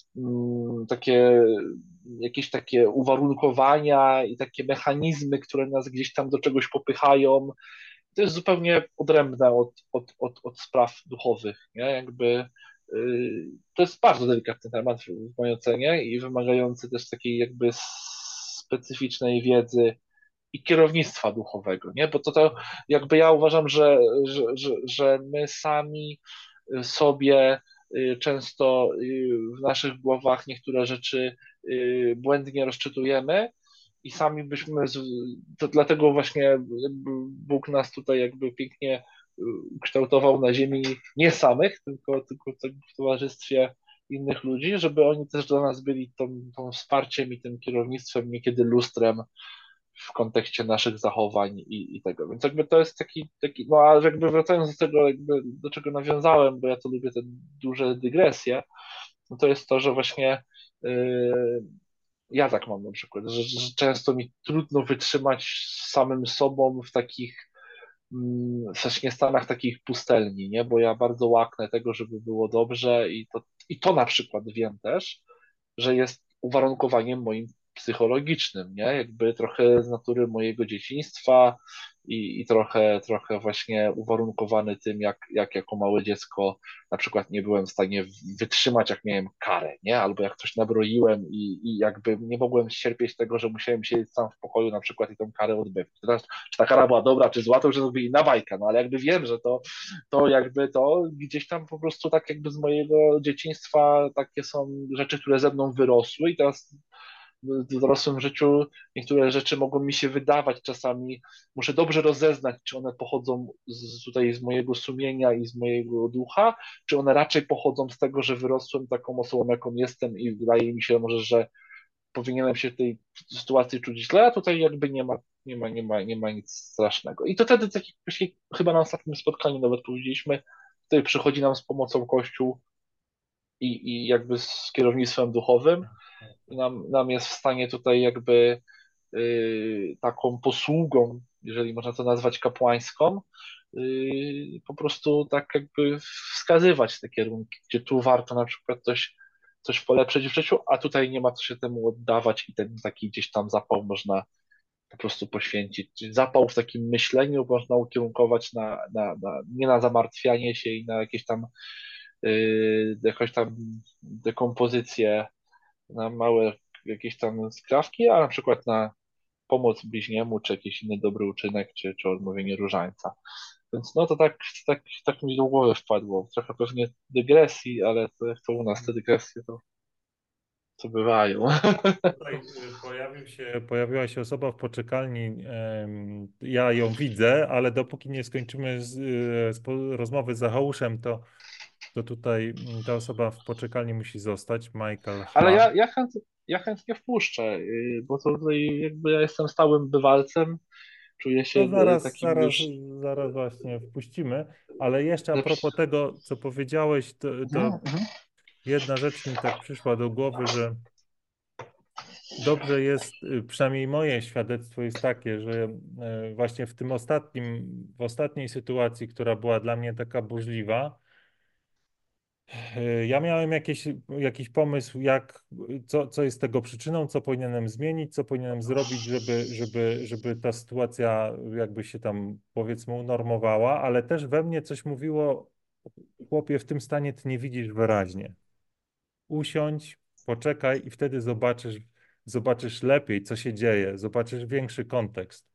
mm, takie jakieś takie uwarunkowania i takie mechanizmy, które nas gdzieś tam do czegoś popychają. To jest zupełnie odrębne od, od, od, od spraw duchowych, nie? Jakby y, to jest bardzo delikatny temat w, w mojej ocenie i wymagający też takiej jakby specyficznej wiedzy i kierownictwa duchowego, nie? Bo to, to jakby ja uważam, że, że, że, że my sami sobie y, często y, w naszych głowach niektóre rzeczy y, błędnie rozczytujemy i sami byśmy, z, to dlatego właśnie jakby Bóg nas tutaj jakby pięknie y, kształtował na ziemi nie samych, tylko, tylko w towarzystwie innych ludzi, żeby oni też dla nas byli tą, tą wsparciem i tym kierownictwem, niekiedy lustrem w kontekście naszych zachowań i, i tego. Więc jakby to jest taki, taki, no a jakby wracając do tego, jakby do czego nawiązałem, bo ja to lubię te duże dygresje, no to jest to, że właśnie yy, ja tak mam na przykład, że, że często mi trudno wytrzymać z samym sobą w takich mm, właśnie stanach takich pustelni, nie? Bo ja bardzo łaknę tego, żeby było dobrze i to, i to na przykład wiem też, że jest uwarunkowaniem moim psychologicznym, nie? Jakby trochę z natury mojego dzieciństwa i, i trochę, trochę właśnie uwarunkowany tym, jak, jak jako małe dziecko na przykład nie byłem w stanie wytrzymać, jak miałem karę, nie? Albo jak coś nabroiłem i, i jakby nie mogłem cierpieć tego, że musiałem siedzieć sam w pokoju na przykład i tą karę odbywać. Teraz, czy ta kara była dobra, czy zła, to już jest jakby inna bajka, no ale jakby wiem, że to, to jakby to gdzieś tam po prostu tak jakby z mojego dzieciństwa takie są rzeczy, które ze mną wyrosły i teraz w dorosłym życiu niektóre rzeczy mogą mi się wydawać czasami, muszę dobrze rozeznać, czy one pochodzą z, tutaj z mojego sumienia i z mojego ducha, czy one raczej pochodzą z tego, że wyrosłem taką osobą, jaką jestem i wydaje mi się może, że powinienem się w tej sytuacji czuć źle, a tutaj jakby nie ma, nie ma, nie ma, nie ma nic strasznego. I to wtedy tak jak chyba na ostatnim spotkaniu nawet powiedzieliśmy, tutaj przychodzi nam z pomocą Kościół i, i jakby z kierownictwem duchowym i nam, nam jest w stanie tutaj jakby y, taką posługą, jeżeli można to nazwać kapłańską, y, po prostu tak jakby wskazywać te kierunki, gdzie tu warto na przykład coś, coś polepszyć w życiu, a tutaj nie ma co się temu oddawać i ten taki gdzieś tam zapał można po prostu poświęcić. Czyli zapał w takim myśleniu można ukierunkować na, na, na, nie na zamartwianie się i na jakieś tam y, jakąś tam dekompozycję, na małe jakieś tam skrawki, a na przykład na pomoc bliźniemu, czy jakiś inny dobry uczynek, czy, czy odmówienie różańca. Więc no to tak, tak, tak mi do głowy wpadło. Trochę pewnie dygresji, ale to jak to u nas te dygresje to, to bywają. Tutaj y, pojawił się, pojawiła się osoba w poczekalni. em, Ja ją widzę, ale dopóki nie skończymy z, y, z po- rozmowy z Zacheuszem, to, to tutaj mm, ta osoba w poczekalni musi zostać. Michael Ale H. ja, ja, chęt, ja chętnie wpuszczę, yy, bo to tutaj jakby ja jestem stałym bywalcem, czuję się To yy, zaraz, takim zaraz, już. zaraz właśnie wpuścimy. Ale jeszcze a Lepszy. propos tego, co powiedziałeś, to, to Mhm, mhm, jedna rzecz mi tak przyszła do głowy, że dobrze jest, y, przynajmniej moje świadectwo jest takie, że y, właśnie w tym ostatnim, w ostatniej sytuacji, która była dla mnie taka burzliwa, y, ja miałem jakieś, jakiś pomysł, jak, co, co jest tego przyczyną, co powinienem zmienić, co powinienem zrobić, żeby, żeby, żeby ta sytuacja jakby się tam powiedzmy unormowała, ale też we mnie coś mówiło, chłopie, w tym stanie ty nie widzisz wyraźnie. Usiądź, poczekaj i wtedy zobaczysz, zobaczysz lepiej, co się dzieje, zobaczysz większy kontekst.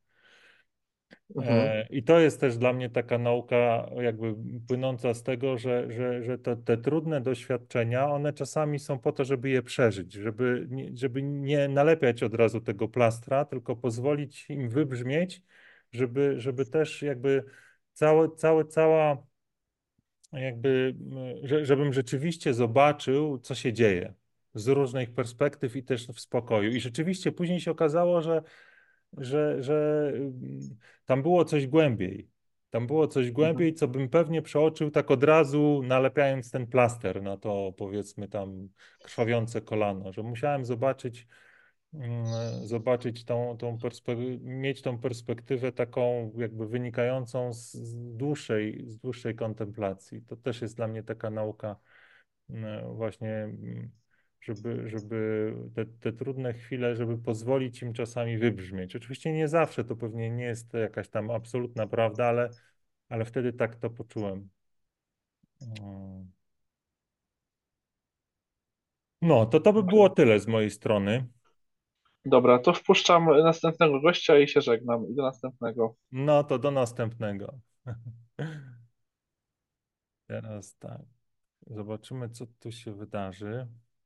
mhm, E, I to jest też dla mnie taka nauka, jakby płynąca z tego, że, że, że to, te trudne doświadczenia, one czasami są po to, żeby je przeżyć, żeby nie, żeby nie nalepiać od razu tego plastra, tylko pozwolić im wybrzmieć, żeby, żeby też jakby całe, całe, cała jakby, m, że, żebym rzeczywiście zobaczył, co się dzieje z różnych perspektyw i też w spokoju. I rzeczywiście później się okazało, że, że, że mm, tam było coś głębiej. Tam było coś mhm. głębiej, co bym pewnie przeoczył tak od razu, nalepiając ten plaster na to, powiedzmy, tam krwawiące kolano, że musiałem zobaczyć, mm, zobaczyć tą, tą perspektywę, mieć tą perspektywę taką jakby wynikającą z, z dłuższej, z dłuższej kontemplacji. To też jest dla mnie taka nauka mm, właśnie, mm, żeby, żeby te, te trudne chwile, żeby pozwolić im czasami wybrzmieć. Oczywiście nie zawsze, to pewnie nie jest to jakaś tam absolutna prawda, ale, ale wtedy tak to poczułem. Mm. No, to to by było Okej. tyle z mojej strony. Dobra, to wpuszczam następnego gościa i się żegnam. I do następnego. No to do następnego. Teraz tak. Zobaczymy, co tu się wydarzy.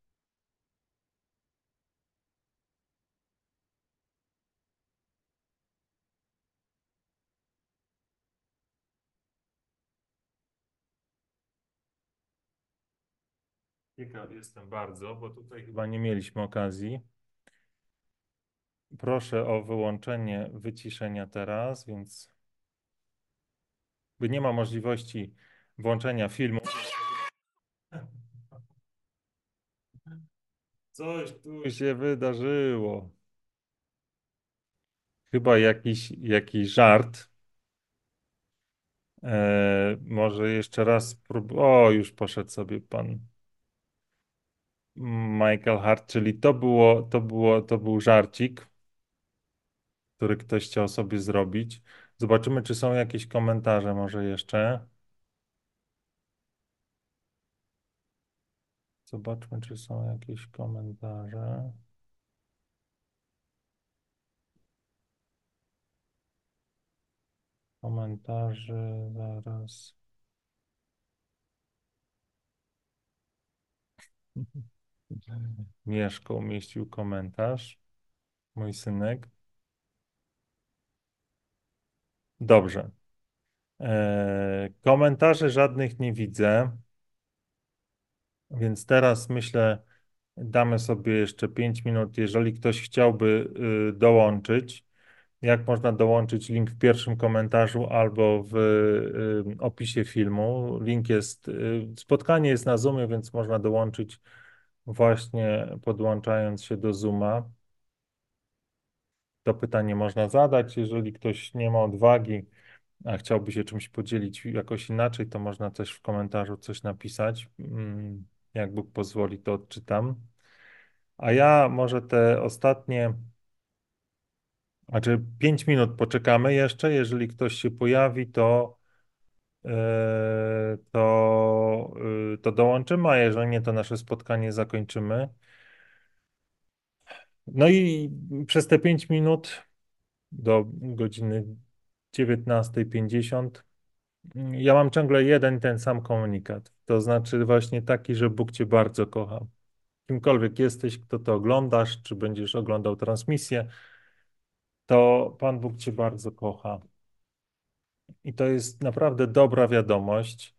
Ciekaw jestem bardzo, bo tutaj chyba nie mieliśmy okazji. Proszę o wyłączenie wyciszenia teraz, więc by nie ma możliwości włączenia filmu. Coś tu się wydarzyło. Chyba jakiś, jakiś żart. E, może jeszcze raz spróbuję. O, już poszedł sobie pan. Michael Hart, czyli to było, to było, to był żarcik, który ktoś chciał sobie zrobić. Zobaczymy, czy są jakieś komentarze może jeszcze. Zobaczmy, czy są jakieś komentarze. Komentarzy zaraz. Mieszko umieścił komentarz. Mój synek. Dobrze. Eee, komentarzy żadnych nie widzę, więc teraz myślę, damy sobie jeszcze pięć minut, jeżeli ktoś chciałby y, dołączyć. Jak można dołączyć? Link w pierwszym komentarzu albo w y, opisie filmu. Link jest, y, spotkanie jest na Zoomie, więc można dołączyć właśnie podłączając się do Zooma. To pytanie można zadać. Jeżeli ktoś nie ma odwagi, a chciałby się czymś podzielić jakoś inaczej, to można też w komentarzu coś napisać. Mm, Jak Bóg pozwoli, to odczytam. A ja może te ostatnie, znaczy pięć minut poczekamy jeszcze. Jeżeli ktoś się pojawi, to, yy, to, yy, to dołączymy, a jeżeli nie, to nasze spotkanie zakończymy. No i przez te pięć minut do godziny dziewiętnasta pięćdziesiąt ja mam ciągle jeden ten sam komunikat. To znaczy właśnie taki, że Bóg Cię bardzo kocha. Kimkolwiek jesteś, kto to oglądasz, czy będziesz oglądał transmisję, to Pan Bóg Cię bardzo kocha. I to jest naprawdę dobra wiadomość.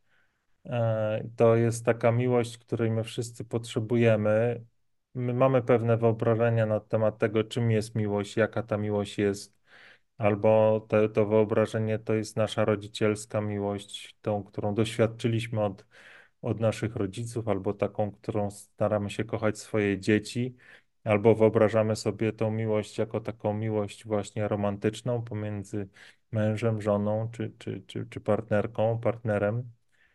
E, To jest taka miłość, której my wszyscy potrzebujemy. My mamy pewne wyobrażenia na temat tego, czym jest miłość, jaka ta miłość jest. Albo te, to wyobrażenie to jest nasza rodzicielska miłość, tą, którą doświadczyliśmy od, od naszych rodziców, albo taką, którą staramy się kochać swoje dzieci, albo wyobrażamy sobie tą miłość jako taką miłość właśnie romantyczną pomiędzy mężem, żoną, czy, czy, czy, czy partnerką, partnerem.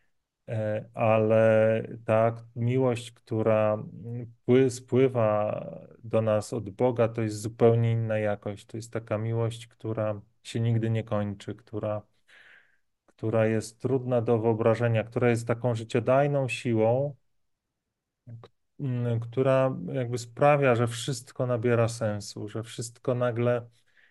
E, Ale ta miłość, która pły- spływa do nas od Boga, to jest zupełnie inna jakość. To jest taka miłość, która się nigdy nie kończy, która, która jest trudna do wyobrażenia, która jest taką życiodajną siłą, k- m, która jakby sprawia, że wszystko nabiera sensu, że wszystko nagle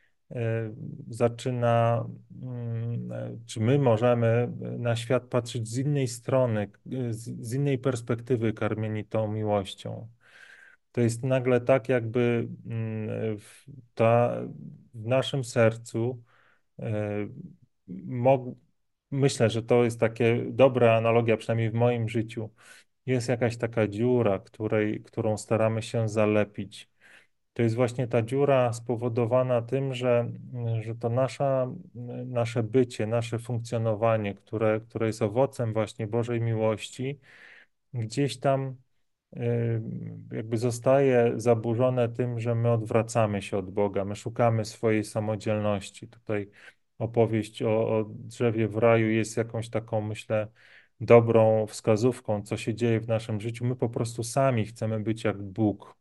e, zaczyna, mm, e, czy my możemy na świat patrzeć z innej strony, e, z, z innej perspektywy, karmieni tą miłością. To jest nagle tak, jakby mm, w, ta, w naszym sercu e, mog, myślę, że to jest takie dobra analogia, przynajmniej w moim życiu. Jest jakaś taka dziura, której, którą staramy się zalepić. To jest właśnie ta dziura spowodowana tym, że, że to nasza, nasze bycie, nasze funkcjonowanie, które, które jest owocem właśnie Bożej miłości, gdzieś tam y, jakby zostaje zaburzone tym, że my odwracamy się od Boga, my szukamy swojej samodzielności. Tutaj opowieść o, o drzewie w raju jest jakąś taką, myślę, dobrą wskazówką, co się dzieje w naszym życiu. My po prostu sami chcemy być jak Bóg.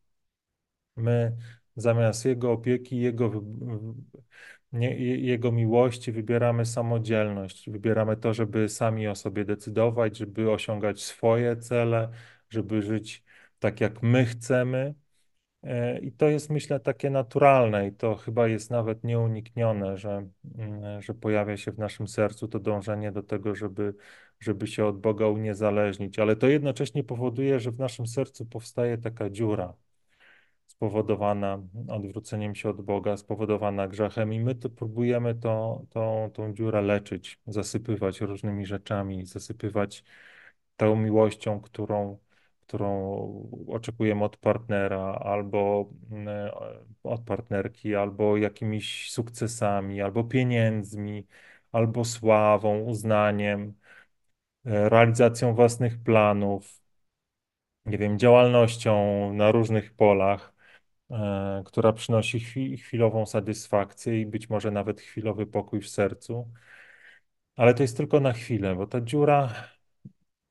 My zamiast Jego opieki, Jego, wy- nie, Je- Jego miłości wybieramy samodzielność. Wybieramy to, żeby sami o sobie decydować, żeby osiągać swoje cele, żeby żyć tak, jak my chcemy. E, I to jest, myślę, takie naturalne i to chyba jest nawet nieuniknione, że, mm, że pojawia się w naszym sercu to dążenie do tego, żeby, żeby się od Boga uniezależnić. Ale to jednocześnie powoduje, że w naszym sercu powstaje taka dziura spowodowana odwróceniem się od Boga, spowodowana grzechem, i my to próbujemy to, to, tą dziurę leczyć, zasypywać różnymi rzeczami, zasypywać tą miłością, którą, którą oczekujemy od partnera, albo mm, od partnerki, albo jakimiś sukcesami, albo pieniędzmi, albo sławą, uznaniem, e, realizacją własnych planów, nie wiem, działalnością na różnych polach, e, która przynosi chwi- chwilową satysfakcję i być może nawet chwilowy pokój w sercu. Ale to jest tylko na chwilę, bo ta dziura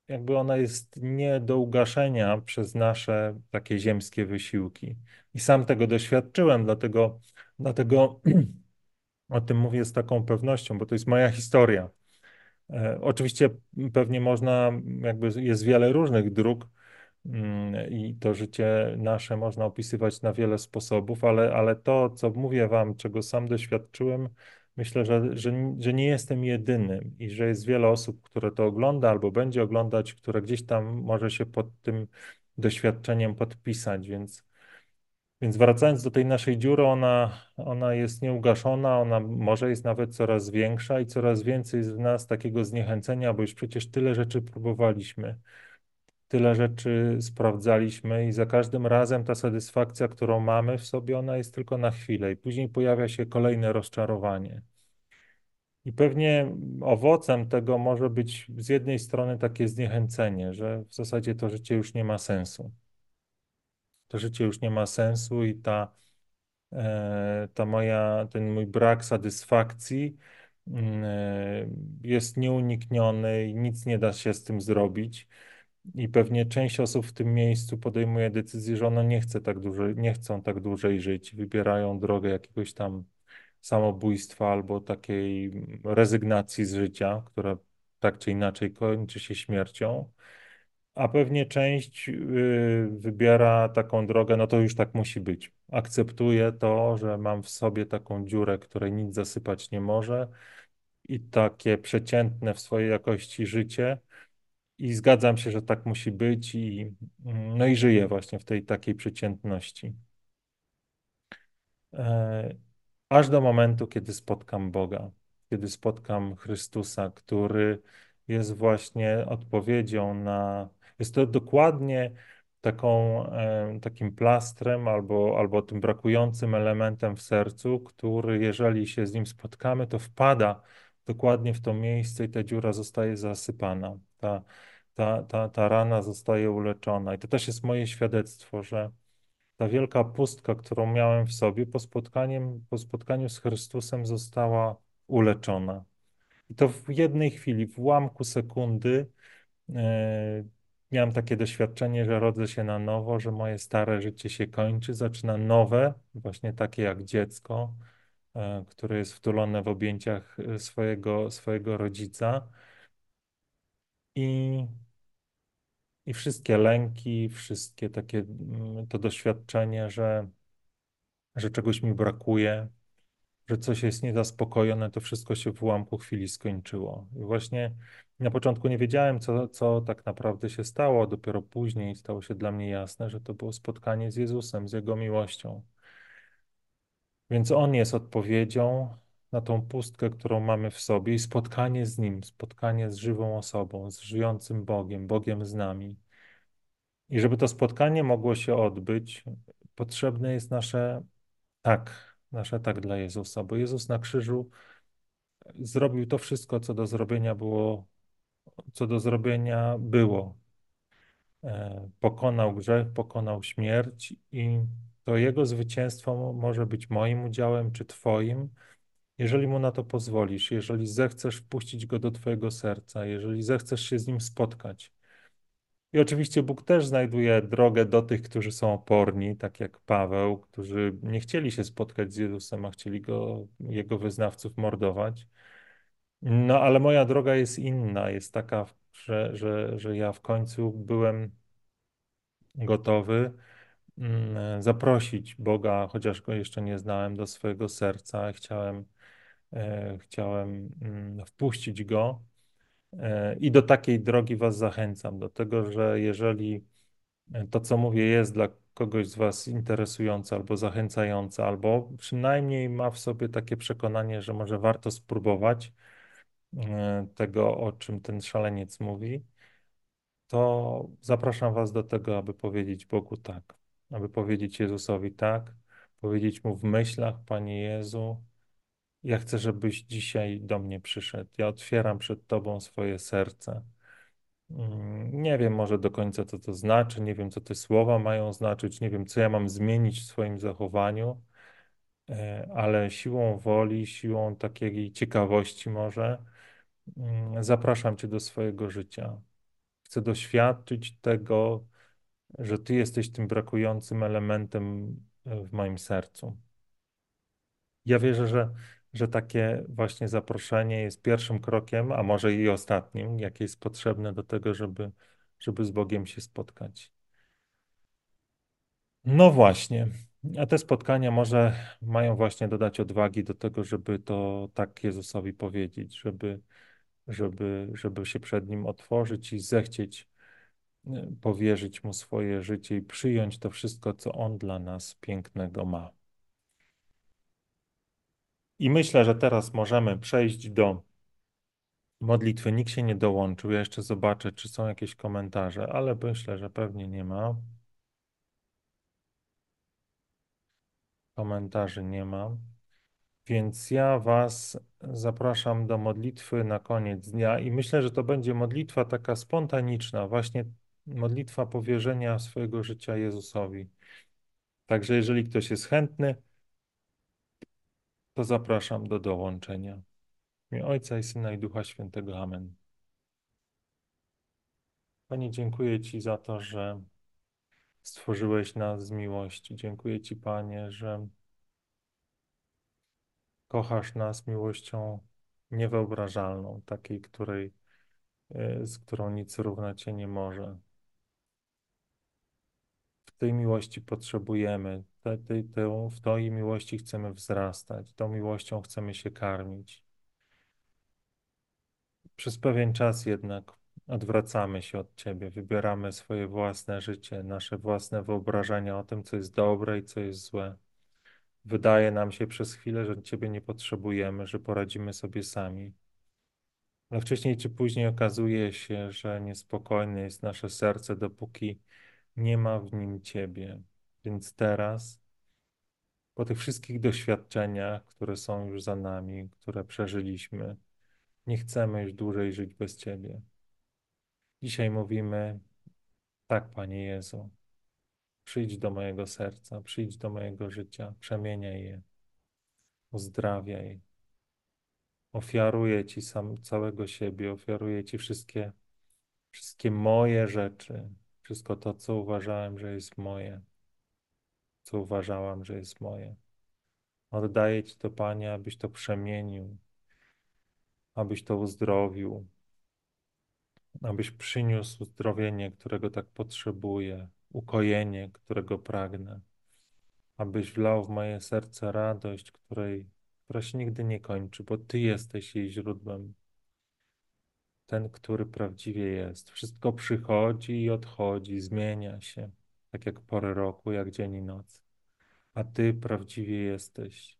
jakby ona jest nie do ugaszenia przez nasze takie ziemskie wysiłki. I sam tego doświadczyłem, dlatego, dlatego o tym mówię z taką pewnością, bo to jest moja historia. E, Oczywiście pewnie można, jakby jest wiele różnych dróg mm, i to życie nasze można opisywać na wiele sposobów, ale, ale to, co mówię wam, czego sam doświadczyłem, myślę, że, że, że nie jestem jedyny i że jest wiele osób, które to ogląda albo będzie oglądać, które gdzieś tam może się pod tym doświadczeniem podpisać, więc więc wracając do tej naszej dziury, ona, ona jest nieugaszona, ona może jest nawet coraz większa i coraz więcej jest w nas takiego zniechęcenia, bo już przecież tyle rzeczy próbowaliśmy, tyle rzeczy sprawdzaliśmy i za każdym razem ta satysfakcja, którą mamy w sobie, ona jest tylko na chwilę i później pojawia się kolejne rozczarowanie. I pewnie owocem tego może być z jednej strony takie zniechęcenie, że w zasadzie to życie już nie ma sensu. To życie już nie ma sensu i ta e, ta moja, ten mój brak satysfakcji mm, e, jest nieunikniony i nic nie da się z tym zrobić. I pewnie część osób w tym miejscu podejmuje decyzję, że ono nie chce tak dłużej, nie chcą tak dłużej żyć. Wybierają drogę jakiegoś tam samobójstwa albo takiej rezygnacji z życia, która tak czy inaczej kończy się śmiercią. A pewnie część y, wybiera taką drogę, no to już tak musi być. Akceptuję to, że mam w sobie taką dziurę, której nic zasypać nie może i takie przeciętne w swojej jakości życie i zgadzam się, że tak musi być i mm, no i żyję właśnie w tej takiej przeciętności. E, Aż do momentu, kiedy spotkam Boga, kiedy spotkam Chrystusa, który jest właśnie odpowiedzią na. Jest to dokładnie taką, e, takim plastrem albo, albo tym brakującym elementem w sercu, który, jeżeli się z nim spotkamy, to wpada dokładnie w to miejsce i ta dziura zostaje zasypana. Ta, ta, ta, ta rana zostaje uleczona. I to też jest moje świadectwo, że ta wielka pustka, którą miałem w sobie po spotkaniem, po spotkaniu z Chrystusem została uleczona. I to w jednej chwili, w ułamku sekundy, e, miałem takie doświadczenie, że rodzę się na nowo, że moje stare życie się kończy, zaczyna nowe, właśnie takie jak dziecko, e, które jest wtulone w objęciach e, swojego, swojego rodzica. I, I wszystkie lęki, wszystkie takie, mm, to doświadczenie, że, że czegoś mi brakuje, że coś jest niezaspokojone, to wszystko się w ułamku chwili skończyło. I właśnie na początku nie wiedziałem, co, co tak naprawdę się stało, dopiero później stało się dla mnie jasne, że to było spotkanie z Jezusem, z Jego miłością. Więc On jest odpowiedzią na tą pustkę, którą mamy w sobie i spotkanie z Nim, spotkanie z żywą osobą, z żyjącym Bogiem, Bogiem z nami. I żeby to spotkanie mogło się odbyć, potrzebne jest nasze tak, nasze tak dla Jezusa, bo Jezus na krzyżu zrobił to wszystko, co do zrobienia było, co do zrobienia było. E, Pokonał grzech, pokonał śmierć i to Jego zwycięstwo mo- może być moim udziałem czy Twoim, jeżeli Mu na to pozwolisz, jeżeli zechcesz wpuścić Go do Twojego serca, jeżeli zechcesz się z Nim spotkać. I oczywiście Bóg też znajduje drogę do tych, którzy są oporni, tak jak Paweł, którzy nie chcieli się spotkać z Jezusem, a chcieli go, Jego wyznawców mordować. No, ale moja droga jest inna, jest taka, że, że, że ja w końcu byłem gotowy mm, zaprosić Boga, chociaż go jeszcze nie znałem, do swojego serca. Chciałem, e, chciałem mm, wpuścić go. E, I do takiej drogi Was zachęcam, do tego, że jeżeli to, co mówię, jest dla kogoś z Was interesujące albo zachęcające, albo przynajmniej ma w sobie takie przekonanie, że może warto spróbować, e, tego, o czym ten szaleniec mówi, to zapraszam Was do tego, aby powiedzieć Bogu tak, aby powiedzieć Jezusowi tak, powiedzieć Mu w myślach, Panie Jezu, ja chcę, żebyś dzisiaj do mnie przyszedł. Ja otwieram przed Tobą swoje serce. Mm, Nie wiem może do końca, co to znaczy, nie wiem, co te słowa mają znaczyć, nie wiem, co ja mam zmienić w swoim zachowaniu, e, ale siłą woli, siłą takiej ciekawości może, mm, zapraszam Cię do swojego życia. Chcę doświadczyć tego, że Ty jesteś tym brakującym elementem e, w moim sercu. Ja wierzę, że, że takie właśnie zaproszenie jest pierwszym krokiem, a może i ostatnim, jakie jest potrzebne do tego, żeby, żeby z Bogiem się spotkać. No właśnie, a te spotkania może mają właśnie dodać odwagi do tego, żeby to tak Jezusowi powiedzieć, żeby, żeby, żeby się przed Nim otworzyć i zechcieć y, powierzyć Mu swoje życie i przyjąć to wszystko, co On dla nas pięknego ma. I myślę, że teraz możemy przejść do modlitwy. Nikt się nie dołączył. Ja jeszcze zobaczę, czy są jakieś komentarze, ale myślę, że pewnie nie ma. Komentarzy nie ma. Więc ja Was zapraszam do modlitwy na koniec dnia i myślę, że to będzie modlitwa taka spontaniczna, właśnie modlitwa powierzenia swojego życia Jezusowi. Także jeżeli ktoś jest chętny, to zapraszam do dołączenia. W imię Ojca i Syna i Ducha Świętego. Amen. Panie, dziękuję Ci za to, że stworzyłeś nas z miłości. Dziękuję Ci, Panie, że kochasz nas miłością niewyobrażalną, takiej, której, y, z którą nic równać się nie może. W tej miłości potrzebujemy, te, te, te, w tej miłości chcemy wzrastać, tą miłością chcemy się karmić. Przez pewien czas jednak odwracamy się od Ciebie, wybieramy swoje własne życie, nasze własne wyobrażenia o tym, co jest dobre i co jest złe. Wydaje nam się przez chwilę, że Ciebie nie potrzebujemy, że poradzimy sobie sami. Ale wcześniej czy później okazuje się, że niespokojne jest nasze serce, dopóki nie ma w nim Ciebie. Więc teraz, po tych wszystkich doświadczeniach, które są już za nami, które przeżyliśmy, nie chcemy już dłużej żyć bez Ciebie. Dzisiaj mówimy, tak, Panie Jezu, przyjdź do mojego serca, przyjdź do mojego życia, przemieniaj je, uzdrawiaj. Ofiaruję Ci sam całego siebie, ofiaruję Ci wszystkie, wszystkie moje rzeczy, wszystko to, co uważałem, że jest moje, co uważałam, że jest moje. Oddaję Ci to, Panie, abyś to przemienił, abyś to uzdrowił, abyś przyniósł uzdrowienie, którego tak potrzebuję, ukojenie, którego pragnę, abyś wlał w moje serce radość, której, która się nigdy nie kończy, bo Ty jesteś jej źródłem, ten, który prawdziwie jest. Wszystko przychodzi i odchodzi, zmienia się, tak jak pory roku, jak dzień i noc, a Ty prawdziwie jesteś.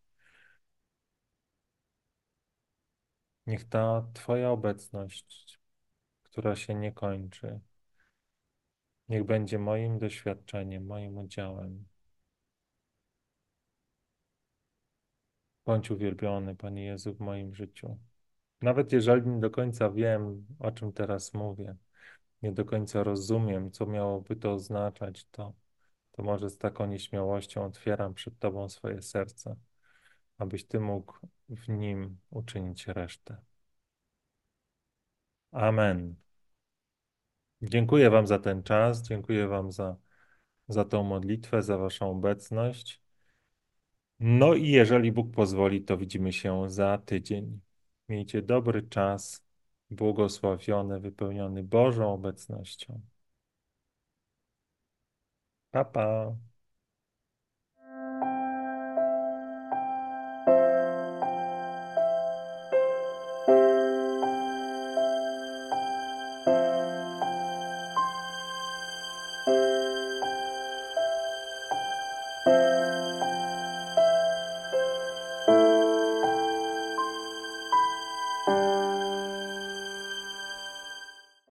Niech ta Twoja obecność, która się nie kończy, niech będzie moim doświadczeniem, moim udziałem. Bądź uwielbiony, Panie Jezu, w moim życiu. Nawet jeżeli nie do końca wiem, o czym teraz mówię, nie do końca rozumiem, co miałoby to oznaczać, to, to może z taką nieśmiałością otwieram przed Tobą swoje serce, abyś Ty mógł w nim uczynić resztę. Amen. Dziękuję Wam za ten czas, dziękuję Wam za, za tą modlitwę, za Waszą obecność. No i jeżeli Bóg pozwoli, to widzimy się za tydzień. Miejcie dobry czas, błogosławiony, wypełniony Bożą obecnością. Pa, pa.